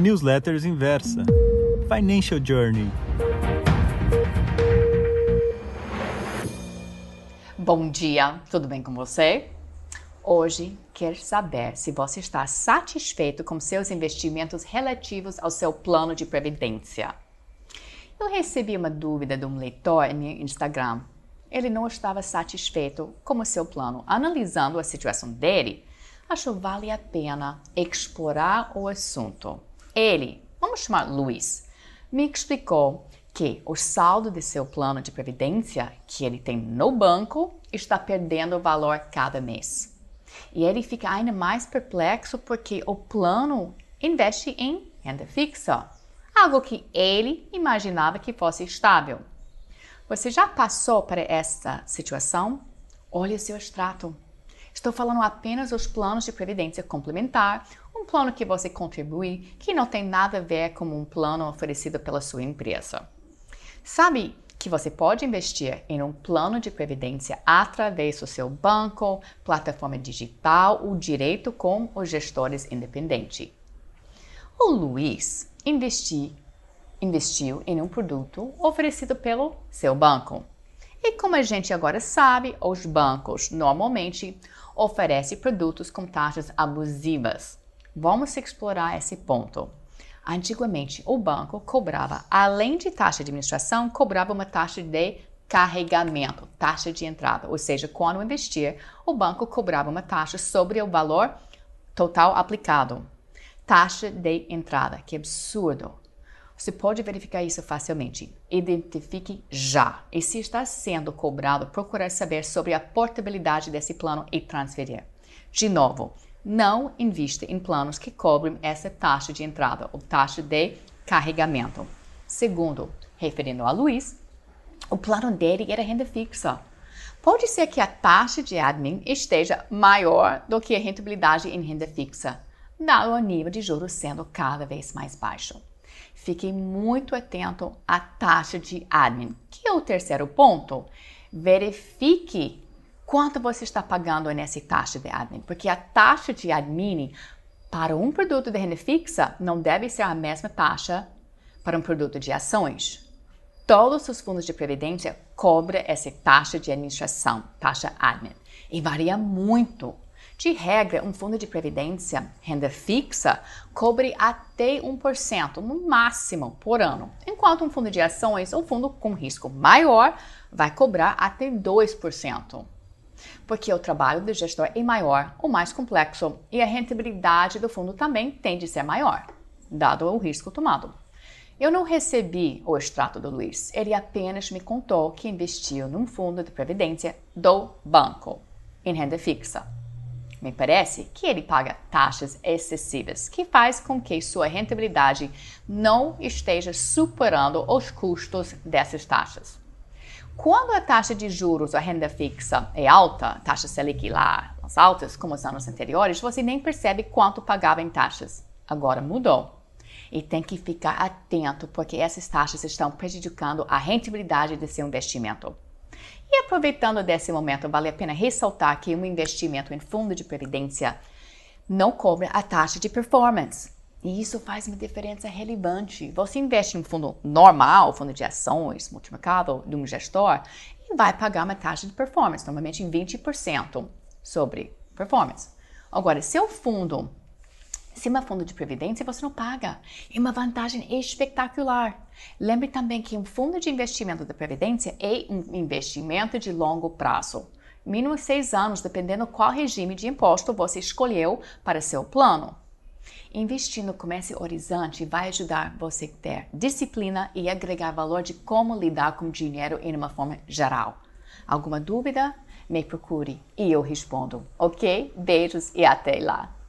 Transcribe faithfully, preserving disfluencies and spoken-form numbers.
Newsletters Inversa. Financial Journey. Bom dia, tudo bem com você? Hoje quero saber se você está satisfeito com seus investimentos relativos ao seu plano de previdência. Eu recebi uma dúvida de um leitor em meu Instagram. Ele não estava satisfeito com o seu plano. Analisando a situação dele, achou vale a pena explorar o assunto. Ele, vamos chamar Luiz, me explicou que o saldo de seu plano de previdência que ele tem no banco está perdendo valor cada mês. E ele fica ainda mais perplexo porque o plano investe em renda fixa, algo que ele imaginava que fosse estável. Você já passou por essa situação? Olhe o seu extrato. Estou falando apenas dos planos de previdência complementar, um plano que você contribui, que não tem nada a ver com um plano oferecido pela sua empresa. Sabe que você pode investir em um plano de previdência através do seu banco, plataforma digital ou direto com os gestores independentes. O Luiz investi, investiu em um produto oferecido pelo seu banco. E como a gente agora sabe, os bancos normalmente oferecem produtos com taxas abusivas. Vamos explorar esse ponto. Antigamente, o banco cobrava, além de taxa de administração, cobrava uma taxa de carregamento, taxa de entrada. Ou seja, quando investir, o banco cobrava uma taxa sobre o valor total aplicado. Taxa de entrada, que absurdo. Você pode verificar isso facilmente. Identifique já. E se está sendo cobrado, procurar saber sobre a portabilidade desse plano e transferir. De novo, não invista em planos que cobrem essa taxa de entrada ou taxa de carregamento. Segundo, referindo a Luiz, o plano dele era renda fixa. Pode ser que a taxa de admin esteja maior do que a rentabilidade em renda fixa, dado o nível de juros sendo cada vez mais baixo. Fique muito atento à taxa de admin, que é o terceiro ponto. Verifique quanto você está pagando nessa taxa de admin, porque a taxa de admin para um produto de renda fixa não deve ser a mesma taxa para um produto de ações. Todos os fundos de previdência cobram essa taxa de administração, taxa admin, e varia muito. De regra, um fundo de previdência, renda fixa, cobre até um por cento, no máximo, por ano. Enquanto um fundo de ações, ou fundo com risco maior, vai cobrar até dois por cento. Porque o trabalho do gestor é maior ou mais complexo e a rentabilidade do fundo também tende a ser maior, dado o risco tomado. Eu não recebi o extrato do Luiz, ele apenas me contou que investiu num fundo de previdência do banco, em renda fixa. Me parece que ele paga taxas excessivas, que faz com que sua rentabilidade não esteja superando os custos dessas taxas. Quando a taxa de juros, a renda fixa é alta, taxa Selic lá, as altas, como os anos anteriores, você nem percebe quanto pagava em taxas. Agora mudou. E tem que ficar atento, porque essas taxas estão prejudicando a rentabilidade de seu investimento. E aproveitando desse momento, vale a pena ressaltar que um investimento em fundo de previdência não cobra a taxa de performance. E isso faz uma diferença relevante. Você investe em um fundo normal, fundo de ações, multimercado, de um gestor, e vai pagar uma taxa de performance, normalmente em vinte por cento sobre performance. Agora, seu fundo, se é um fundo de previdência, você não paga. É uma vantagem espetacular. Lembre também que um fundo de investimento de previdência é um investimento de longo prazo. Mínimo seis anos, dependendo qual regime de imposto você escolheu para seu plano. Investir no comércio horizonte vai ajudar você a ter disciplina e agregar valor de como lidar com dinheiro em uma forma geral. Alguma dúvida? Me procure e eu respondo, ok? Beijos e até lá!